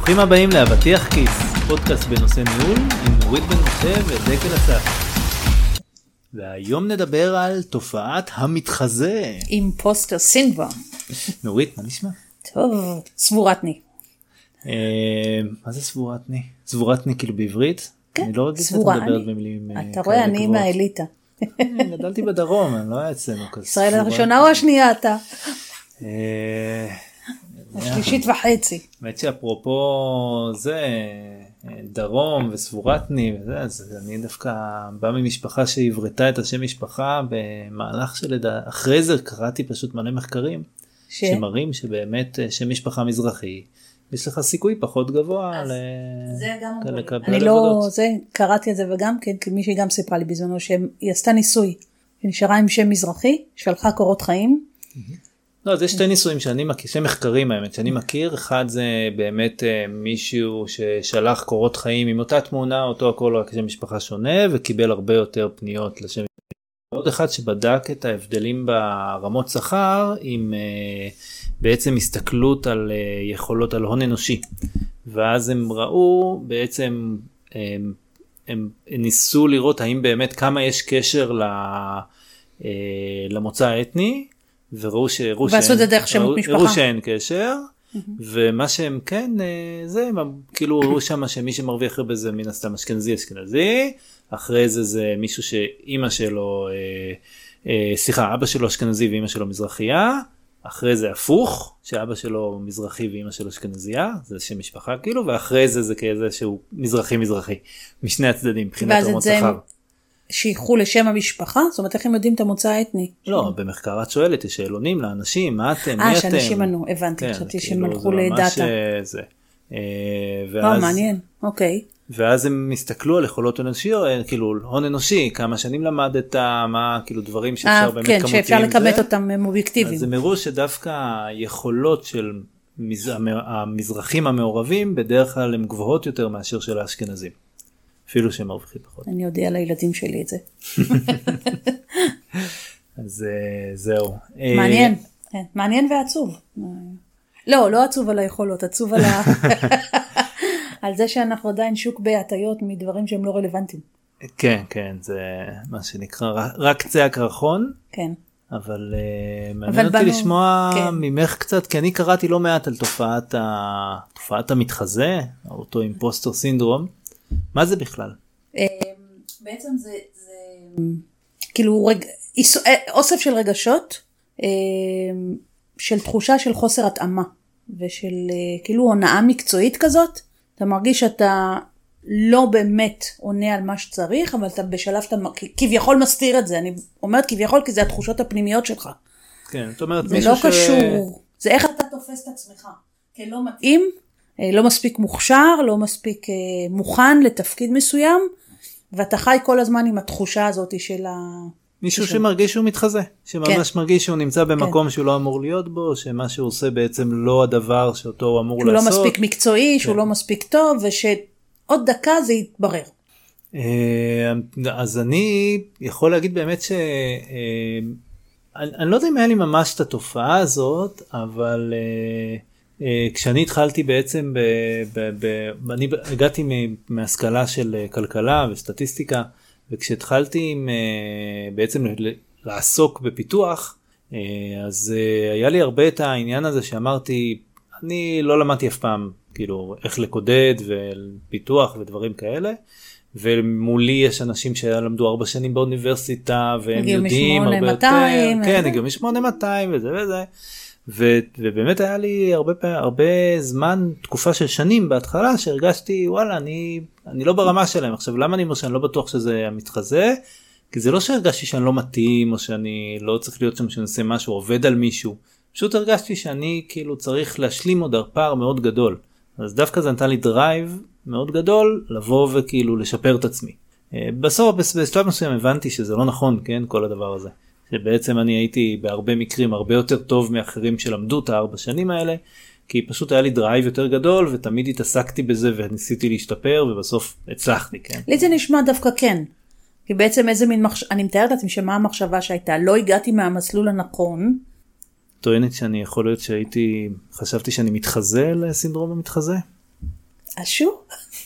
ברוכים הבאים לאבטיח כיס, פודקאסט בנושא ניהול עם נורית בן משה ודקל אסף. והיום נדבר על תופעת המתחזה. אימפוסטר סינדרום. נורית, מה נשמע? טוב, סבורתני. מה זה סבורתני? סבורתני כאילו בעברית? כן, אני לא רגיל סבורה. לדבר במילים אתה רואה, אני מהאליטה. גדלתי בדרום, אני לא היה אצלנו כזה. ישראל הראשונה או השנייה אתה? השלישית וחצי. באמת שאפרופו זה דרום וסבורתני וזה, אז אני דווקא בא ממשפחה שהברתה את השם משפחה במהלך של אחרי זה קראתי פשוט מלא מחקרים שמראים שבאמת שם משפחה מזרחי יש לך סיכוי פחות גבוה לקבל עבודות. אני לא, זה קראתי את זה וגם כן, כי מישהי גם סיפרה לי בזמנו שהיא עשתה ניסוי, שנשארה עם שם מזרחי, שלחה קורות חיים. לא, זה שתי ניסויים שאני מכיר, שתי מחקרים האמת, שאני מכיר. אחד זה באמת מישהו ששלח קורות חיים עם אותה תמונה, אותו הכל רק שם משפחה שונה, וקיבל הרבה יותר פניות לשם משפחה. עוד אחד שבדק את ההבדלים ברמות שכר, עם בעצם הסתכלות על יכולות, על הון אנושי. ואז הם ראו, בעצם הם ניסו לראות האם באמת כמה יש קשר למוצא האתני, וראו שאין קשר, ומה שהם כן, זה, כאילו ראו שם שמי שמרוויח הרבה זה מן הסתם אשכנזי, אחרי זה מישהו שאמא שלו, אבא שלו אשכנזי ואמא שלו מזרחייה, אחרי זה הפוך, שאבא שלו מזרחי ואמא שלו אשכנזייה, זה שם משפחה כאילו, ואחרי זה כאיזה שהוא מזרחי, משני הצדדים, מבחינת רמות שכר. שייכו לשם המשפחה? זאת אומרת, איך הם יודעים את המוצא האתני? לא, במחקר את שואלת, יש שאלונים לאנשים, מה אתם, מי אתם? שאנשים ענו, הבנתי, חשבתי שהם הלכו לדאטה. מעניין, אוקיי. ואז הם הסתכלו על יכולות אנושיות, כאילו הון אנושי, כמה שנים למדת, מה כאילו דברים שאפשר באמת כמותיים. כן, שאפשר לכמת אותם הם אובייקטיביים. אז הם הראו שדווקא היכולות של המזרחים המעורבים, בדרך כלל הם גבוהות יותר מאשר של האשכנזים. אפילו שהם מרוויחים פחות. אני יודע לילדים שלי את זה. אז זהו. מעניין, כן. מעניין ועצוב. לא עצוב על היכולות, עצוב על זה שאנחנו עדיין שוק בהטיות מדברים שהם לא רלוונטיים. כן, זה מה שנקרא, רק קצה הקרחון. כן. אבל מעניין אותי לשמוע ממך קצת, כי אני קראתי לא מעט על תופעת המתחזה, אותו אימפוסטר סינדרום. מה זה בכלל? בעצם זה כאילו אוסף של רגשות, של תחושה של חוסר התאמה, ושל כאילו הונאה מקצועית כזאת. אתה מרגיש שאתה לא באמת עונה על מה שצריך, אבל אתה בשלב שאתה כביכול מסתיר את זה. אני אומרת כביכול כי זה התחושות הפנימיות שלך. כן, זאת אומרת זה לא קשור, זה איך אתה תופס את עצמך, כלא מתאים, לא מספיק מוכשר, לא מספיק מוכן לתפקיד מסוים, ואתה חי כל הזמן עם התחושה הזאת של מישהו שמרגיש שהוא מתחזה, שממש מרגיש שהוא נמצא במקום שהוא לא אמור להיות בו, שמה שהוא עושה בעצם לא הדבר שאותו הוא אמור לעשות. שהוא לא מספיק מקצועי, שהוא לא מספיק טוב, ושעוד דקה זה יתברר. אז אני יכול להגיד באמת אני לא יודע אם היה לי ממש את התופעה הזאת, אבל כשאני התחלתי בעצם, אני הגעתי מהשכלה של כלכלה וסטטיסטיקה, וכשהתחלתי בעצם לעסוק בפיתוח, אז היה לי הרבה את העניין הזה שאמרתי, אני לא למדתי אף פעם, כאילו, איך לקודד ופיתוח ודברים כאלה, ומולי יש אנשים שלמדו 4 שנים באוניברסיטה, והם יודעים הרבה יותר, כן, הגיעו מ-8200 וזה וזה, ובאמת היה לי הרבה זמן, תקופה של שנים בהתחלה, שהרגשתי, וואלה, אני לא ברמה שלהם. עכשיו, למה אני אומר שאני לא בטוח שזה המתחזה? כי זה לא שהרגשתי שאני לא מתאים, או שאני לא צריך להיות שם שנעשה משהו, עובד על מישהו. פשוט הרגשתי שאני כאילו צריך להשלים עוד פער מאוד גדול. אז דווקא זה נתן לי דרייב מאוד גדול, לבוא וכאילו לשפר את עצמי. בסוף, בשלב מסוים הבנתי שזה לא נכון, כן, כל הדבר הזה. שבעצם אני הייתי בהרבה מקרים הרבה יותר טוב מאחרים שלמדו את 4 שנים האלה, כי פשוט היה לי דרייב יותר גדול, ותמיד התעסקתי בזה וניסיתי להשתפר, ובסוף הצלחתי, כן. לי זה נשמע דווקא כן, כי בעצם איזה מין אני מתארת לעצמי שמה המחשבה שהייתה, לא הגעתי מהמסלול הנכון. טוענת שאני יכול להיות חשבתי שאני מתחזה לסינדרום המתחזה? אשו?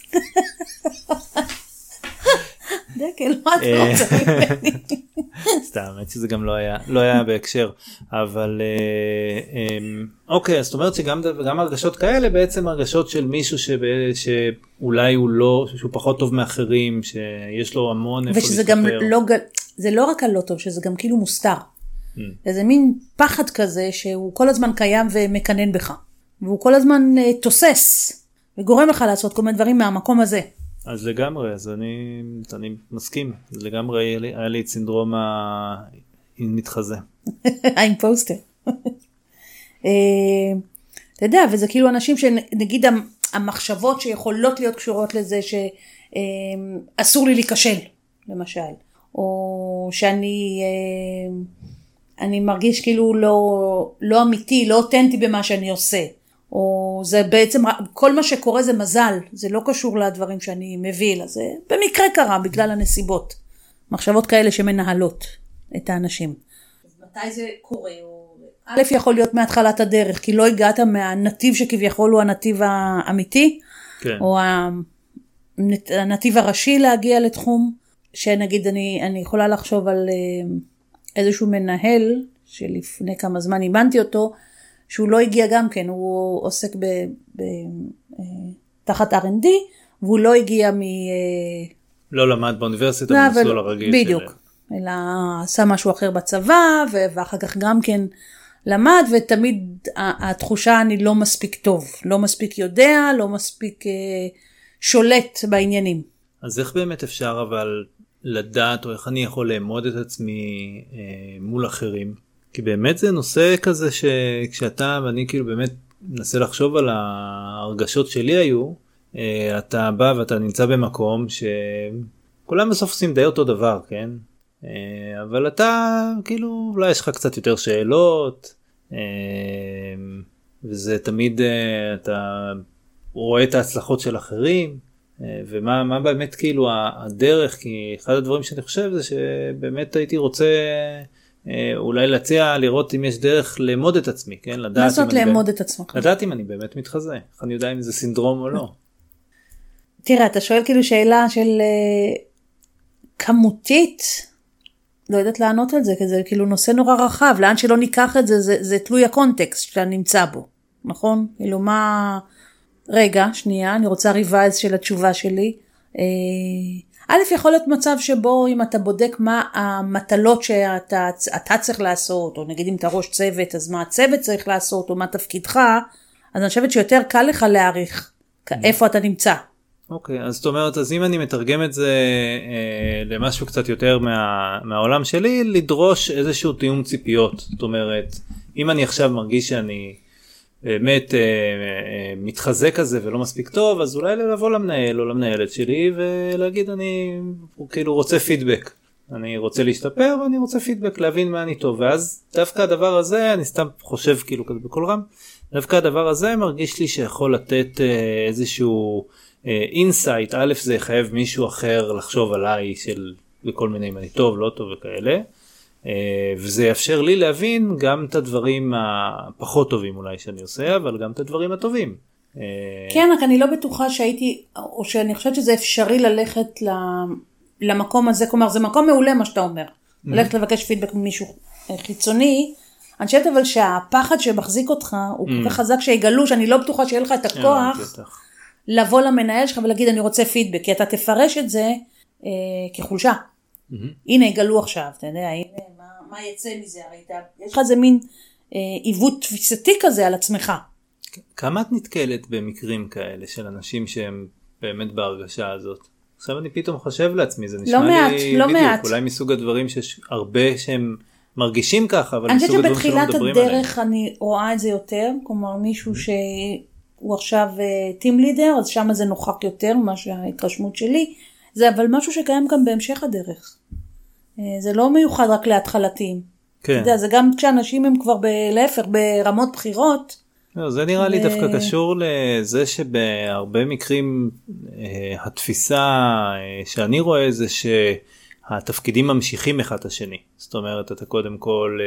דקל, מה אתה רוצה ממני? סתם, האמת שזה גם לא היה בהקשר, אבל אוקיי, אז זאת אומרת שגם הרגשות כאלה בעצם הרגשות של מישהו שאולי הוא לא, שהוא פחות טוב מאחרים, שיש לו המון איפה להשתפר. ושזה גם זה לא רק הלא טוב, שזה גם כאילו מוסתר. איזה מין פחד כזה שהוא כל הזמן קיים ומקנן בך, והוא כל הזמן תוסס וגורם לך לעשות כל מיני דברים מהמקום הזה. אז לגמרי, אז אני מסכים, לגמרי היה לי את סינדרום המתחזה. האימפוסטר. אתה יודע, וזה כאילו אנשים שנגיד המחשבות שיכולות להיות קשורות לזה שאסור לי להיכשל, למשל. או שאני מרגיש כאילו לא אמיתי, לא אותנטי במה שאני עושה. או זה בעצם, כל מה שקורה זה מזל, זה לא קשור לדברים שאני מביא, זה במקרה קרה בגלל הנסיבות. מחשבות כאלה שמנהלות את האנשים. אז מתי זה קורה? א' יכול להיות מהתחלת הדרך, כי לא הגעת מהנתיב שכביכול הוא הנתיב האמיתי, כן. או הנתיב הראשי להגיע לתחום, שנגיד אני יכולה לחשוב על איזשהו מנהל, שלפני כמה זמן אימנתי אותו, שהוא לא הגיע גם כן, הוא עוסק תחת R&D, והוא לא הגיע לא למד באוניברסיטה במסלול הרגיל. בדיוק, אלא עשה משהו אחר בצבא, ואחר כך גם כן למד, ותמיד התחושה אני לא מספיק טוב, לא מספיק יודע, לא מספיק שולט בעניינים. אז איך באמת אפשר אבל לדעת, או איך אני יכול לאמוד את עצמי מול אחרים? כי באמת זה נושא כזה שכשאתה, ואני כאילו באמת מנסה לחשוב על ההרגשות שלי היו, אתה בא ואתה נמצא במקום שכולם בסוף עושים די אותו דבר, כן? אבל אתה כאילו אולי יש לך קצת יותר שאלות, וזה תמיד אתה רואה את ההצלחות של אחרים, ומה באמת כאילו הדרך, כי אחד הדברים שאני חושב זה שבאמת הייתי רוצה אולי להציע לראות אם יש דרך לאמוד את עצמי, כן? לעשות לאמוד את עצמך. לדעת אם אני באמת מתחזה. איך אני יודע אם זה סינדרום או לא. תראה, אתה שואל כאילו שאלה של כמותית, לא יודעת לענות על זה, כי זה כאילו נושא נורא רחב, לאן שלא ניקח את זה, זה תלוי הקונטקסט שאתה נמצא בו, נכון? כאילו מה... רגע, שנייה, אני רוצה ריבייז של התשובה שלי. א', יכול להיות מצב שבו אם אתה בודק מה המטלות שאתה צריך לעשות, או נגיד אם אתה ראש צוות, אז מה הצוות צריך לעשות, או מה תפקידך, אז אני חושבת שיותר קל לך להעריך איפה אתה נמצא. אוקיי, אז זאת אומרת, אז אם אני מתרגם את זה למשהו קצת יותר מהעולם שלי, לדרוש איזשהו תיאום ציפיות. זאת אומרת, אם אני עכשיו מרגיש שאני באמת מתחזק כזה ולא מספיק טוב, אז אולי לבוא למנהל או למנהלת שלי ולהגיד אני כאילו רוצה פידבק, אני רוצה להשתפר ואני רוצה פידבק, להבין מה אני טוב, ואז דווקא הדבר הזה, אני סתם חושב כאילו כזה בכל רם, דווקא הדבר הזה מרגיש לי שיכול לתת איזשהו אינסייט. א', זה יחייב מישהו אחר לחשוב עליי של בכל מיני אם אני טוב, לא טוב וכאלה, וזה יאפשר לי להבין גם את הדברים הפחות טובים אולי שאני עושה, אבל גם את הדברים הטובים. כן, רק אני לא בטוחה שהייתי, או שאני חושבת שזה אפשרי ללכת למקום הזה, כלומר זה מקום מעולה מה שאתה אומר, ללכת לבקש פידבק ממישהו חיצוני, אני חושבת אבל שהפחד שמחזיק אותך הוא כל כך חזק שיגלו, שאני לא בטוחה שיהיה לך את הכוח לבוא למנהל שלך ולהגיד אני רוצה פידבק, כי אתה תפרש את זה כחולשה. הנה יגלו עכשיו, אתה יודע, הנה מה יצא מזה, הרי יש לך איזה מין עיוות תפיסתי כזה על עצמך. כמה את נתקלת במקרים כאלה של אנשים שהם באמת בהרגשה הזאת? עכשיו אני פתאום חושב לעצמי, זה נשמע לי לא בדיוק, מעט. אולי מסוג הדברים שיש הרבה שהם מרגישים ככה, אבל מסוג הדברים שלא מדברים עליהם. אני חושבת שבתחילת הדרך אני רואה את זה יותר, כלומר מישהו שהוא עכשיו טים לידר, אז שם זה נוכח יותר, מה שההתרשמות שלי, זה אבל משהו שקיים גם בהמשך הדרך. זה לא מיוחד רק להתחלתיים. כן. אתה יודע, זה גם כשאנשים הם כבר להפך, ברמות בחירות. לא, זה נראה לי דווקא קשור לזה שבהרבה מקרים התפיסה שאני רואה זה שהתפקידים ממשיכים אחד השני. זאת אומרת, אתה קודם כל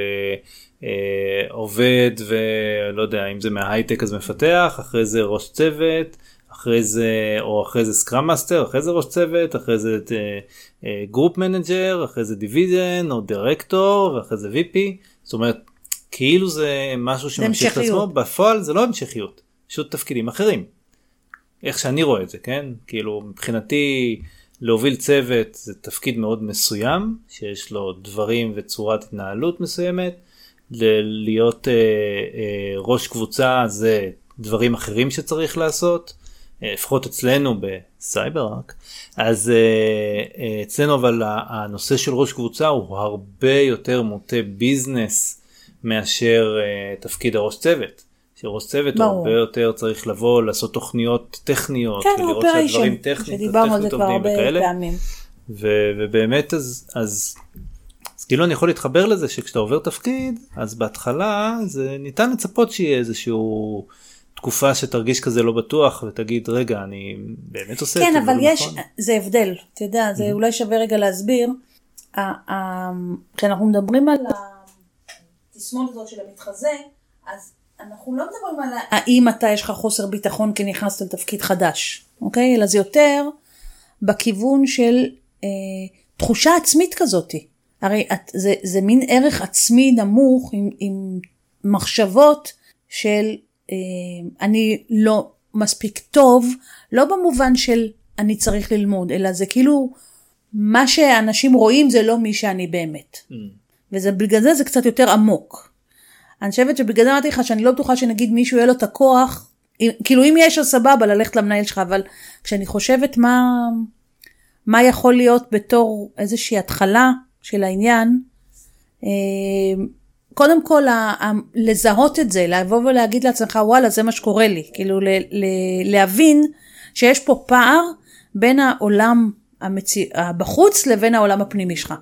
עובד ולא יודע, אם זה מההייטק אז מפתח, אחרי זה ראש צוות, אחרי זה, או אחרי זה סקראם מאסטר, אחרי זה ראש צוות, אחרי זה גרופ מנג'ר, אחרי זה דיוויז'ן או דירקטור, ואחרי זה VP, זאת אומרת, כאילו זה משהו שממשיך את עצמו, בפועל זה לא המשכיות, פשוט תפקידים אחרים. איך שאני רואה את זה, כן? כאילו מבחינתי להוביל צוות זה תפקיד מאוד מסוים, שיש לו דברים וצורת התנהלות מסוימת, להיות ראש קבוצה זה דברים אחרים שצריך לעשות, לפחות אצלנו בסייבר רק, אז אצלנו אבל הנושא של ראש קבוצה הוא הרבה יותר מוטה ביזנס מאשר תפקיד הראש צוות. שראש צוות הוא הרבה יותר צריך לבוא לעשות תוכניות טכניות, כן, ולראות שהדברים טכנית עובדים וכאלה. ובאמת אז כאילו אני יכול להתחבר לזה שכשאתה עובר תפקיד, אז בהתחלה זה ניתן לצפות שיהיה איזשהו תקופה שתרגיש כזה לא בטוח ותגיד רגע אני באמת עושה את זה. כן, אבל יש, זה הבדל, אתה יודע, זה אולי שווה רגע להסביר, כשאנחנו מדברים על התסמונת הזאת של המתחזה, אז אנחנו לא מדברים על האם אתה יש לך חוסר ביטחון כי נכנסת לתפקיד חדש, אוקיי? אלא זה יותר בכיוון של תחושה עצמית כזאת. הרי זה מין ערך עצמי נמוך עם מחשבות של אני לא מספיק טוב, לא במובן של אני צריך ללמוד, אלא זה כאילו מה שאנשים רואים זה לא מי שאני באמת. ובגלל זה זה קצת יותר עמוק. אני חושבת שבגלל זה אמרתי לך שאני לא בטוחה שנגיד מישהו יהיה לו את הכוח, כאילו אם יש אז סבבה ללכת למנהל שלך, אבל כשאני חושבת מה יכול להיות בתור איזושהי התחלה של העניין, קודם כל לזהות את זה, לבוא ולהגיד לעצמך וואלה זה מה שקורה לי, כאילו להבין שיש פה פער בין העולם בחוץ לבין העולם הפנימי שלך.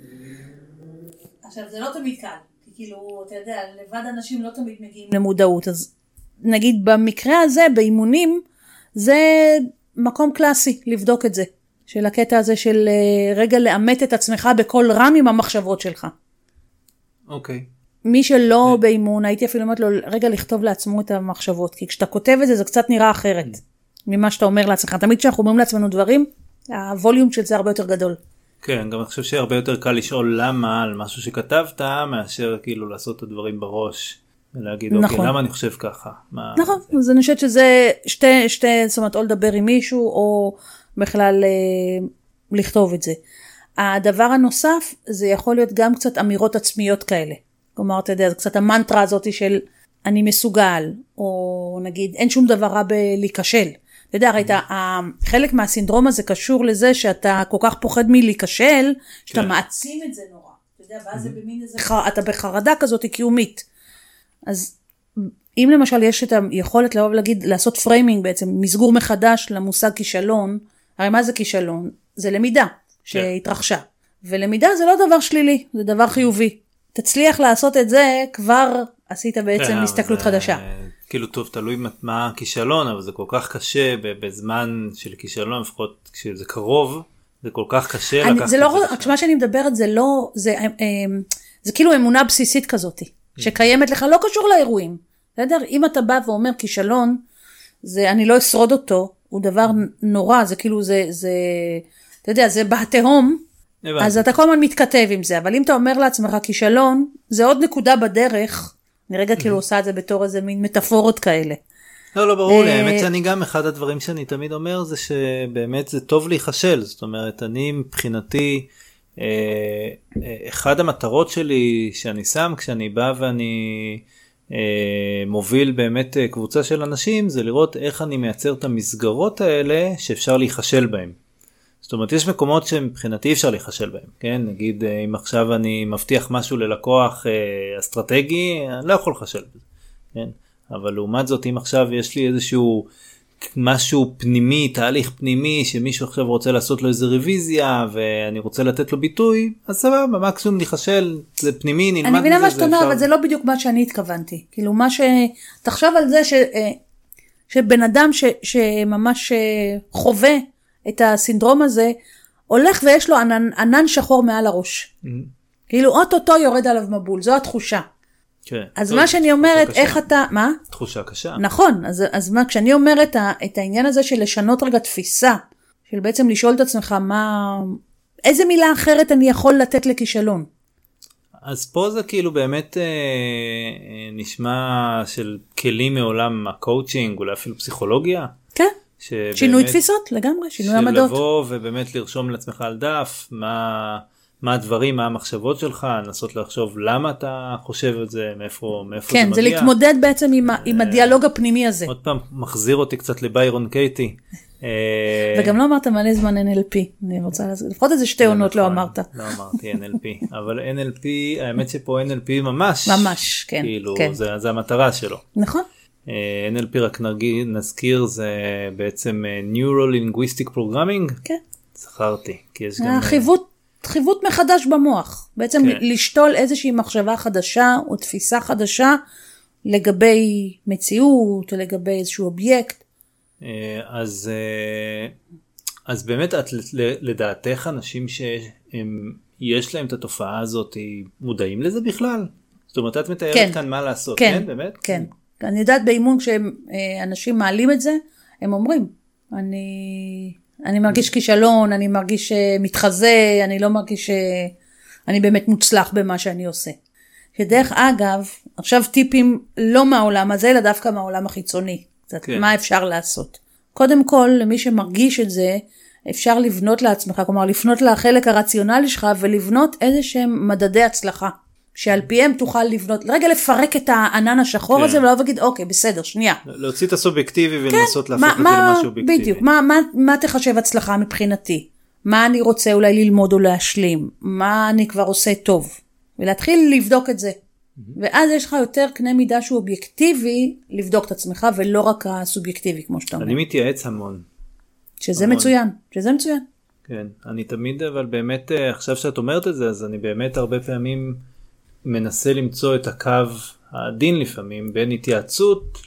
עכשיו זה לא תמיד קל, כי כאילו אתה יודע לבד אנשים לא תמיד מגיעים למודעות, אז נגיד במקרה הזה באימונים זה מקום קלאסי לבדוק את זה, של הקטע הזה של רגע לאמת את עצמך בכל רם עם המחשבות שלך. אוקיי. מי שלא באימון, הייתי אפילו אומרת לו רגע לכתוב לעצמו את המחשבות, כי כשאתה כותב את זה, זה קצת נראה אחרת ממה שאתה אומר לעצמך. תמיד כשאנחנו אומרים לעצמנו דברים, הווליום של זה הרבה יותר גדול. כן, גם אני חושב שהרבה יותר קל לשאול למה על משהו שכתבת, מאשר כאילו לעשות את הדברים בראש, ולהגיד אוקיי, למה אני חושב ככה? נכון, אז אני חושבת שזה זאת אומרת, או לדבר עם מישהו, או בכלל לכתוב את זה. הדבר הנוסף, זה יכול להיות גם קצת אמירות עצמיות כאלה. כלומר, אתה יודע, זה קצת המנטרה הזאת של אני מסוגל, או נגיד, אין שום דבר רע בלהיכשל. אתה יודע, הרי חלק מהסינדרום הזה קשור לזה שאתה כל כך פוחד מלהיכשל, שאתה מעצים את זה נורא. אתה יודע, ואז זה במין איזה, אתה בחרדה כזאת קיומית. אז אם למשל יש את היכולת לבוא ולהגיד, לעשות פריימינג בעצם, מסגור מחדש למושג כישלון, הרי מה זה כישלון? זה למידה שהתרחשה. ולמידה זה לא דבר שלילי, זה דבר חיובי. תצליח לעשות את זה, כבר עשית בעצם הסתכלות חדשה. כאילו טוב, תלוי מה הכישלון, אבל זה כל כך קשה בזמן של כישלון, לפחות כשזה קרוב, זה כל כך קשה לקחת את זה. מה שאני מדברת זה לא, זה כאילו אמונה בסיסית כזאת, שקיימת לך, לא קשור לאירועים. אם אתה בא ואומר כישלון, אני לא אשרוד אותו, הוא דבר נורא, זה כאילו, אתה יודע, זה בתהום, אז אתה כל הזמן מתכתב עם זה, אבל אם אתה אומר לעצמך כישלון, זה עוד נקודה בדרך, אני רגע כאילו עושה את זה בתור איזה מין מטאפורות כאלה. לא, ברור לי, האמת שאני גם, אחד הדברים שאני תמיד אומר, זה שבאמת זה טוב להיחשל, זאת אומרת, אני מבחינתי, אחד המטרות שלי שאני שם, כשאני בא ואני מוביל באמת קבוצה של אנשים, זה לראות איך אני מייצר את המסגרות האלה, שאפשר להיחשל בהם. זאת אומרת, יש מקומות שמבחינתי אפשר להיחשל בהם, כן? נגיד, אם עכשיו אני מבטיח משהו ללקוח אסטרטגי, אני לא יכול לחשל בזה, כן? אבל לעומת זאת, אם עכשיו יש לי איזשהו משהו פנימי, תהליך פנימי, שמישהו עכשיו רוצה לעשות לו איזו רוויזיה, ואני רוצה לתת לו ביטוי, אז סבבה, מקסימום להיחשל, זה פנימי, נלמד מזה. אני מבינה מה שאתה אומר, אבל זה לא בדיוק מה שאני התכוונתי. כאילו, תחשוב על זה שבן אדם שממש חווה, את הסינדרום הזה, הולך ויש לו ענן שחור מעל הראש. כאילו, אוטוטו יורד עליו מבול, זו התחושה. כן. אז טוב, מה שאני אומרת, קשה. איך אתה, מה? תחושה קשה. נכון, אז מה, כשאני אומרת את העניין הזה של לשנות רגע תפיסה, של בעצם לשאול את עצמך איזה מילה אחרת אני יכול לתת לכישלון? אז פה זה כאילו באמת נשמע של כלים מעולם הקואוצ'ינג, אולי אפילו פסיכולוגיה. כן, שבאמת, שינוי תפיסות לגמרי, שינוי עמדות. של לבוא ובאמת לרשום לעצמך על דף, מה הדברים, מה המחשבות שלך, לנסות לחשוב למה אתה חושב את זה, מאיפה זה מגיע. כן, זה להתמודד בעצם עם הדיאלוג הפנימי הזה. עוד פעם, מחזיר אותי קצת לביירון קייטי. וגם לא אמרת מלא זמן NLP, אני רוצה להזכיר, לפחות איזה 2 עונות לא אמרת. לא אמרתי NLP, אבל NLP, האמת שפה NLP ממש, כן. כאילו, כן. זה המטרה שלו. נכון. NLP רק נזכיר, זה בעצם Neuro-Linguistic Programming. כן. זכרתי, כי יש גם... חיווט מחדש במוח, בעצם כן. לשתול איזושהי מחשבה חדשה או תפיסה חדשה לגבי מציאות או לגבי איזשהו אובייקט. אז באמת לדעתך אנשים שיש להם את התופעה הזאת מודעים לזה בכלל? זאת אומרת את מתארת כן. כאן מה לעשות, כן, כן באמת? כן. אני יודעת באימון כשאנשים מעלים את זה, הם אומרים, אני מרגיש כישלון, אני מרגיש מתחזה, אני לא מרגיש שאני באמת מוצלח במה שאני עושה. שדרך אגב, עכשיו טיפים לא מהעולם הזה, אלא דווקא מהעולם החיצוני. קצת כן. מה אפשר לעשות. קודם כל, למי שמרגיש את זה, אפשר לבנות לעצמך, כלומר לפנות לחלק הרציונלי שלך, ולבנות איזה שהם מדדי הצלחה. שעל פיהם תוכל לבנות, רגע לפרק את הענן השחור הזה, ולא להגיד, אוקיי, בסדר, שנייה. להוציא את הסובייקטיבי ולנסות להפוך את זה למשהו אובייקטיבי. בדיוק, מה תחשב הצלחה מבחינתי? מה אני רוצה אולי ללמוד או להשלים? מה אני כבר עושה טוב? ולהתחיל לבדוק את זה. ואז יש לך יותר קנה מידה שהוא אובייקטיבי, לבדוק את עצמך, ולא רק הסובייקטיבי, כמו שאתה אומר. אני מתייעץ המון. שזה מצוין, שזה מצוין. כן, אני תמיד, אבל באמת, עכשיו שאת אומרת את זה, אז אני באמת הרבה פעמים מנסה למצוא את הקו העדין לפעמים, בין התייעצות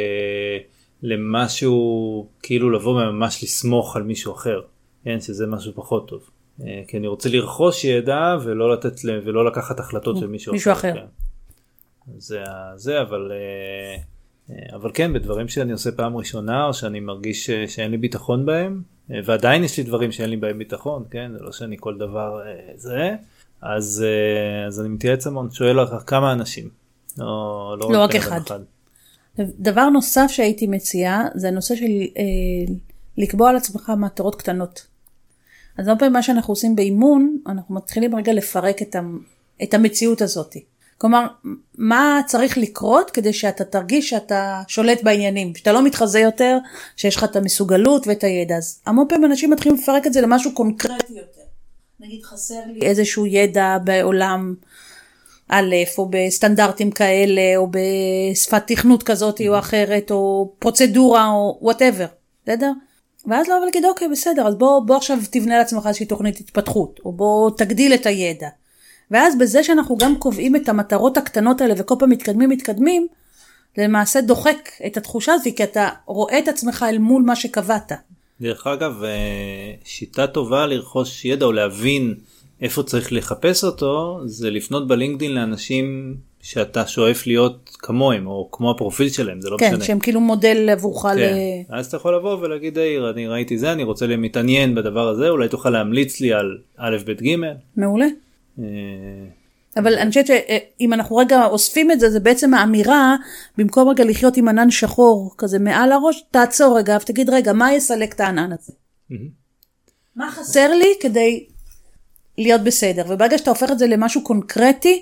למשהו, כאילו לבוא ממש לסמוך על מישהו אחר, כן, שזה משהו פחות טוב. כי אני רוצה לרכוש ידע ולא לקחת החלטות של מישהו אחר. כן. זה, אבל כן, בדברים שאני עושה פעם ראשונה, או שאני מרגיש שאין לי ביטחון בהם, ועדיין יש לי דברים שאין לי בהם ביטחון, כן, זה לא שאני כל דבר זה, אז אני מתייעץ המון, שואל לך כמה אנשים, לא רק אחד. דבר נוסף שהייתי מציעה, זה הנושא של לקבוע על עצמך מטרות קטנות. אז הרבה פעמים מה שאנחנו עושים באימון, אנחנו מתחילים רגע לפרק את המציאות הזאת. כלומר, מה צריך לקרות כדי שאתה תרגיש שאתה שולט בעניינים, שאתה לא מתחזה יותר, שיש לך את המסוגלות ואת הידע. אז המון פעמים אנשים מתחילים לפרק את זה למשהו קונקרטי יותר. נגיד חסר לי איזשהו ידע בעולם א', או בסטנדרטים כאלה, או בשפת תכנות כזאת או אחרת, או פרוצדורה, או whatever. בסדר? ואז לא להגיד, אוקיי, בסדר, אז בוא עכשיו תבנה לעצמך איזושהי תוכנית התפתחות, או בוא תגדיל את הידע. ואז בזה שאנחנו גם קובעים את המטרות הקטנות האלה, וכל פעם מתקדמים, למעשה דוחק את התחושה הזאת, כי אתה רואה את עצמך אל מול מה שקבעת. דרך אגב, שיטה טובה לרכוש ידע, או להבין איפה צריך לחפש אותו, זה לפנות בלינקדין לאנשים שאתה שואף להיות כמוהם, או כמו הפרופיל שלהם, זה לא משנה. כן, שהם כאילו מודל עבורך אז אתה יכול לבוא ולהגיד, אני ראיתי זה, אני רוצה להתעניין בדבר הזה, אולי תוכל להמליץ לי על א' ב' ג'. מעולה. אבל אני חושבת שאם אנחנו רגע אוספים את זה, זה בעצם האמירה, במקום רגע לחיות עם ענן שחור כזה מעל הראש, תעצור רגע, ותגיד רגע, מה יסלק את הענן הזה? מה חסר לי כדי להיות בסדר? וברגע שאתה הופך את זה למשהו קונקרטי,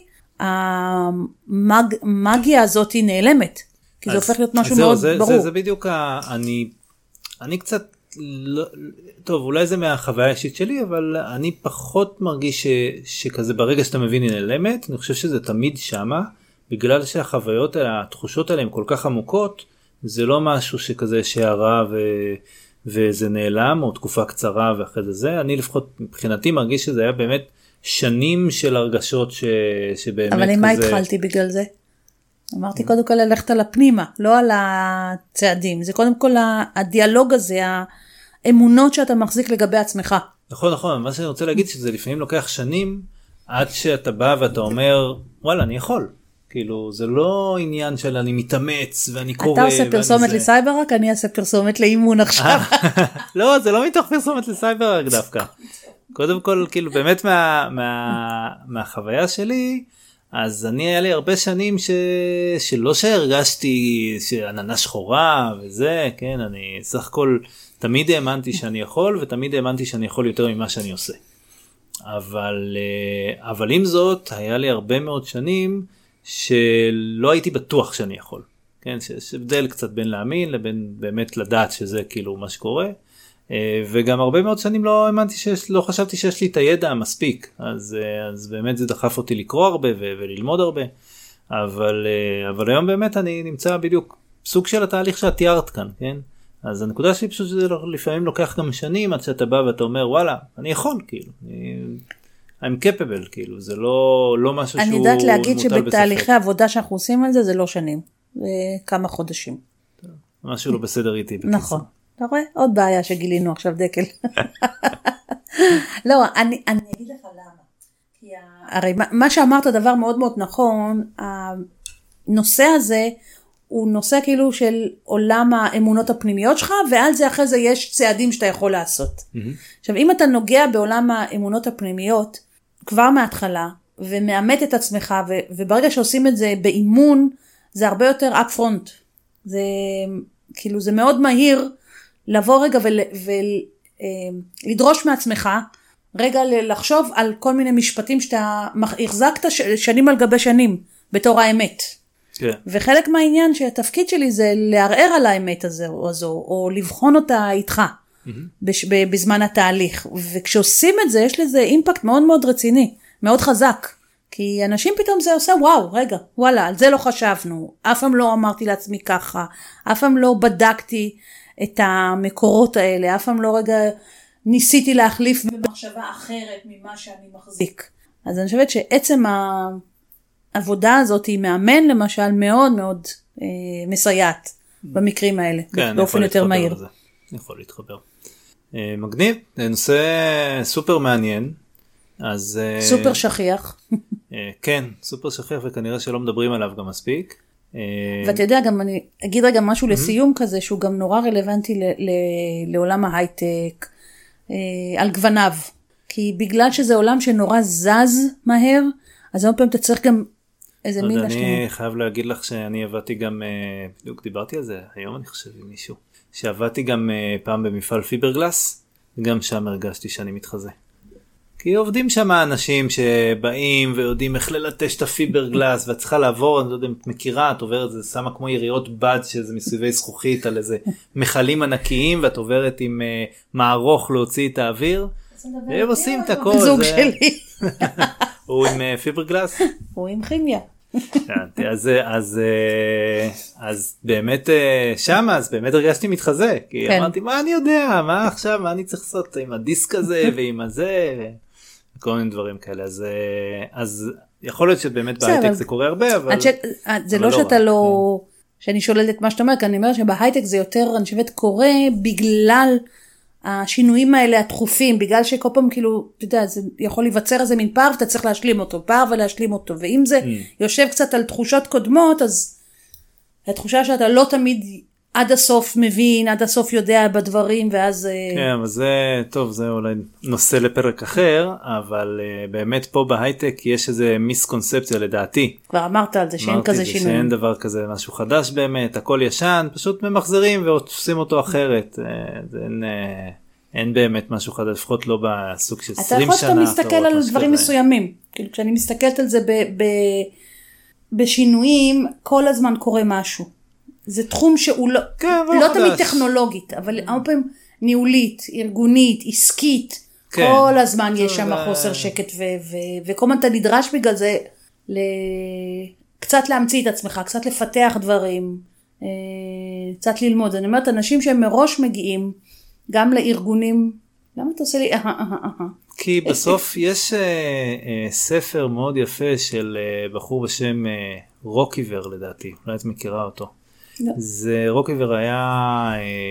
המאגיה הזאת היא נעלמת, כי זה הופך להיות משהו מאוד ברור. זה בדיוק, אני קצת, טוב, אולי זה מהחוויה האישית שלי, אבל אני פחות מרגיש שכזה ברגע שאתה מבין היא נעלמת, אני חושב שזה תמיד שמה, בגלל שהחוויות, התחושות האלה הן כל כך עמוקות, זה לא משהו שכזה שערה וזה נעלם, או תקופה קצרה ואחרי זה, אני לפחות מבחינתי מרגיש שזה היה באמת שנים של הרגשות שבאמת כזה... אבל עם מה התחלתי בגלל זה? אמרתי קודם כל ללכת על הפנימה, לא על הצעדים, זה קודם כל הדיאלוג הזה, האמונות שאתה מחזיק לגבי עצמך. נכון, נכון, מה שאני רוצה להגיד שזה לפעמים לוקח שנים, עד שאתה בא ואתה אומר, וואלה, אני יכול. כאילו זה לא עניין של אני מתאמץ ואני קורא. אתה עושה פרסומת לסייברק, אני אעשה פרסומת לאימון עכשיו. לא, זה לא מתוך פרסומת לסייברק דווקא. קודם כל, כאילו באמת מהחוויה שלי, אז אני היה לי הרבה שנים שלא שהרגשתי שעננה שחורה וזה, כן, אני סך הכל תמיד האמנתי שאני יכול, ותמיד האמנתי שאני יכול יותר ממה שאני עושה. אבל עם זאת, היה לי הרבה מאוד שנים שלא הייתי בטוח שאני יכול. כן, שיש הבדל קצת בין להאמין לבין באמת לדעת שזה כאילו מה שקורה. וגם הרבה מאוד שנים לא האמנתי לא חשבתי שיש לי את הידע המספיק. אז באמת זה דחף אותי לקרוא הרבה וללמוד הרבה. אבל היום באמת אני נמצא בדיוק סוג של התהליך שאת תיארת כאן, כן? אז הנקודה שלי פשוט שזה לפעמים לוקח גם שנים עד שאתה בא ואתה אומר וואלה, אני יכול, כאילו. I'm capable, כאילו, זה לא משהו שהוא אני יודעת להגיד שבתהליכי עבודה שאנחנו עושים על זה, זה לא שנים, זה כמה חודשים. משהו לא בסדר איתי. נכון, אתה רואה? עוד בעיה שגילינו עכשיו דקל. לא, אני אגיד לך למה. כי הרי מה שאמרת דבר מאוד מאוד נכון, הנושא הזה הוא נושא כאילו של עולם האמונות הפנימיות שלך, ועל זה אחרי זה יש צעדים שאתה יכול לעשות. עכשיו, אם אתה נוגע בעולם האמונות הפנימיות, כבר מההתחלה, ומאמת את עצמך, וברגע שעושים את זה באימון, זה הרבה יותר up front. זה, כאילו, זה מאוד מהיר, לבוא רגע ולדרוש מעצמך, רגע לחשוב על כל מיני משפטים שאתה החזקת שנים על גבי שנים, בתור האמת. כן. וחלק מהעניין שהתפקיד שלי זה לערער על האמת הזו, או לבחון אותה איתך, בזמן התהליך. וכשעושים את זה, יש לזה אימפקט מאוד מאוד רציני, מאוד חזק. כי אנשים פתאום זה עושה, וואו, רגע, וואלה, על זה לא חשבנו, אף פעם לא אמרתי לעצמי ככה, אף פעם לא בדקתי את המקורות האלה, אף פעם לא רגע ניסיתי להחליף במחשבה אחרת ממה שאני מחזיק. אז אני חושבת שעצם העבודה הזאת היא מאמן למשל מאוד מאוד מסייעת במקרים האלה, כן, באופן יותר מהיר. אני יכול להתחבר. מגניב, זה נושא סופר מעניין. אז סופר שכיח. כן, סופר שכיח וכנראה שלא מדברים עליו גם מספיק. ואתה יודע, גם אני אגיד רגע משהו לסיום כזה, שהוא גם נורא רלוונטי לעולם ההייטק, על גווניו. כי בגלל שזה עולם שנורא זז מהר, אז הרבה פעמים אתה צריך גם איזה מין להשלים. אני חייב להגיד לך שאני עבדתי גם, בדיוק דיברתי על זה, היום אני חושב עם מישהו, שעבדתי גם פעם במפעל פיברגלס, גם שם הרגשתי שאני מתחזה. כי עובדים שם אנשים שבאים ויודעים איך ללטש את הפיברגלס, ואת צריכה לעבור, אני לא יודע אם את מכירה, את עוברת, זה שמה כמו יריות בד, שזה מסביבי זכוכית על איזה מחלים ענקיים, ואת עוברת עם מערוך להוציא את האוויר, והם עושים את הכל. זוג שלי. הוא עם פיברגלס? הוא עם כימיה. אז באמת שם, אז באמת הרגשתי מתחזה, כי אמרתי, מה אני יודע, מה עכשיו, מה אני צריך לעשות עם הדיסק הזה ועם הזה, וכל מיני דברים כאלה, אז יכול להיות שבאמת בהייטק זה קורה הרבה, אבל זה לא שאתה לא, שאני שוללת את מה שאתה אומר, כי אני אומרת שבהייטק זה יותר, אני חושבת, קורה בגלל השינויים האלה התכופים, בגלל שכל פעם כאילו, אתה יודע, זה יכול להיווצר איזה מין פער, ואתה צריך להשלים אותו, פער ולהשלים אותו, ואם זה יושב קצת על תחושות קודמות, אז התחושה שאתה לא תמיד עד הסוף מבין, עד הסוף יודע בדברים, ואז כן, אבל זה, טוב, זה אולי נושא לפרק אחר, אבל באמת פה בהייטק יש איזה מיסקונספציה לדעתי. כבר אמרת על זה, שאין כזה שינוי. שאין דבר כזה, משהו חדש באמת, הכל ישן, פשוט ממחזרים ועושים אותו אחרת. אין באמת משהו חדש, לפחות לא בסוג של 20 שנה. אתה יכול שאתה מסתכל על דברים מסוימים. כאילו, כשאני מסתכלת על זה בשינויים, כל הזמן קורה משהו. זה תחום שהוא לא תמיד טכנולוגית, אבל הרבה פעמים ניהולית, ארגונית, עסקית, כל הזמן יש שם חוסר שקט, וכל הזמן אתה נדרש בגלל זה קצת להמציא את עצמך, קצת לפתח דברים, קצת ללמוד. אני אומרת, אנשים שהם מראש מגיעים, גם לארגונים, למה אתה עושה לי כי בסוף יש ספר מאוד יפה של בחור בשם רוקיבר לדעתי, אולי את מכירה אותו. זה רוקיבר היה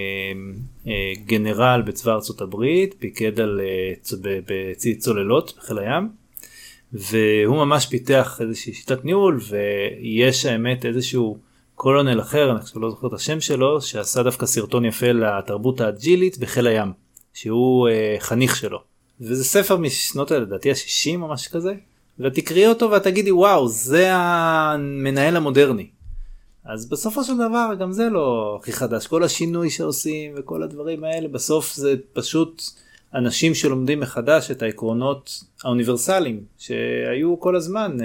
גנרל בצבא ארצות הברית, פיקד על בצי צוללות בחיל הים, והוא ממש פיתח איזושהי שיטת ניהול, ויש האמת איזשהו קולונל אחר, אני חושב לא זוכר את השם שלו, שעשה דווקא סרטון יפה לתרבות האג'ילית בחיל הים, שהוא חניך שלו. וזה ספר משנות לדעתי ה-60 או משהו כזה, ותקראי אותו ותגידי וואו, זה המנהל המודרני. אז בסופו של דבר גם זה לא הכי חדש, כל השינוי שעושים וכל הדברים האלה, בסוף זה פשוט אנשים שלומדים מחדש את העקרונות האוניברסליים שהיו כל הזמן.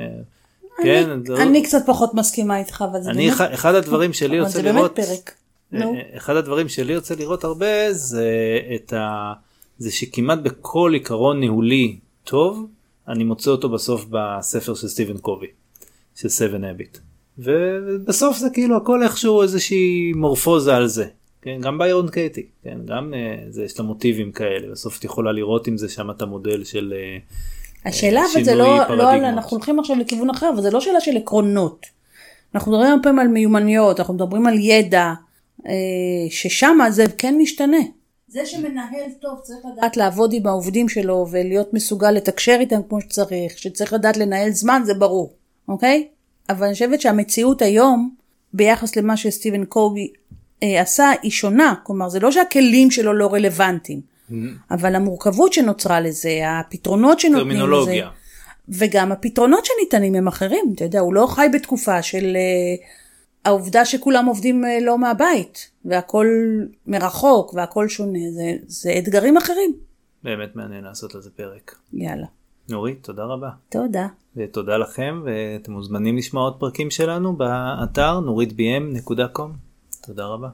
אני קצת פחות מסכימה איתך, אבל זה באמת... אחד הדברים שלי יוצא לראות... זה באמת פרק. אחד הדברים שלי יוצא לראות הרבה זה שכמעט בכל עיקרון ניהולי טוב, אני מוצא אותו בסוף בספר של סטיבן קובי, של 7 Habits. ובסוף זה כאילו הכל איכשהו איזושהי מורפוזה על זה. כן, גם ביירון קייטי, כן, גם זה יש לה מוטיבים כאלה, בסוף את יכולה לראות עם זה שם את המודל של השאלה, אבל זה לא, אנחנו הולכים עכשיו לכיוון אחר, אבל זה לא שאלה של עקרונות. אנחנו מדברים הרבה פעמים על מיומנויות, אנחנו מדברים על ידע, ששם זה כן משתנה. זה שמנהל טוב צריך לדעת לעבוד עם העובדים שלו, ולהיות מסוגל לתקשר איתם כמו שצריך, שצריך לדעת לנהל זמן, זה ברור, אוקיי? אבל אני חושבת שהמציאות היום, ביחס למה שסטיבן קובי עשה, היא שונה. כלומר, זה לא שהכלים שלו לא רלוונטיים, אבל המורכבות שנוצרה לזה, הפתרונות שנותנים לזה, וגם הפתרונות שניתנים הם אחרים. אתה יודע, הוא לא חי בתקופה של העובדה שכולם עובדים לא מהבית, והכל מרחוק, והכל שונה. זה אתגרים אחרים. באמת מעניין לעשות לזה פרק. יאללה. נורית, תודה רבה. תודה. ותודה לכם, ואתם מוזמנים לשמוע עוד פרקים שלנו באתר nuritbm.com. תודה רבה.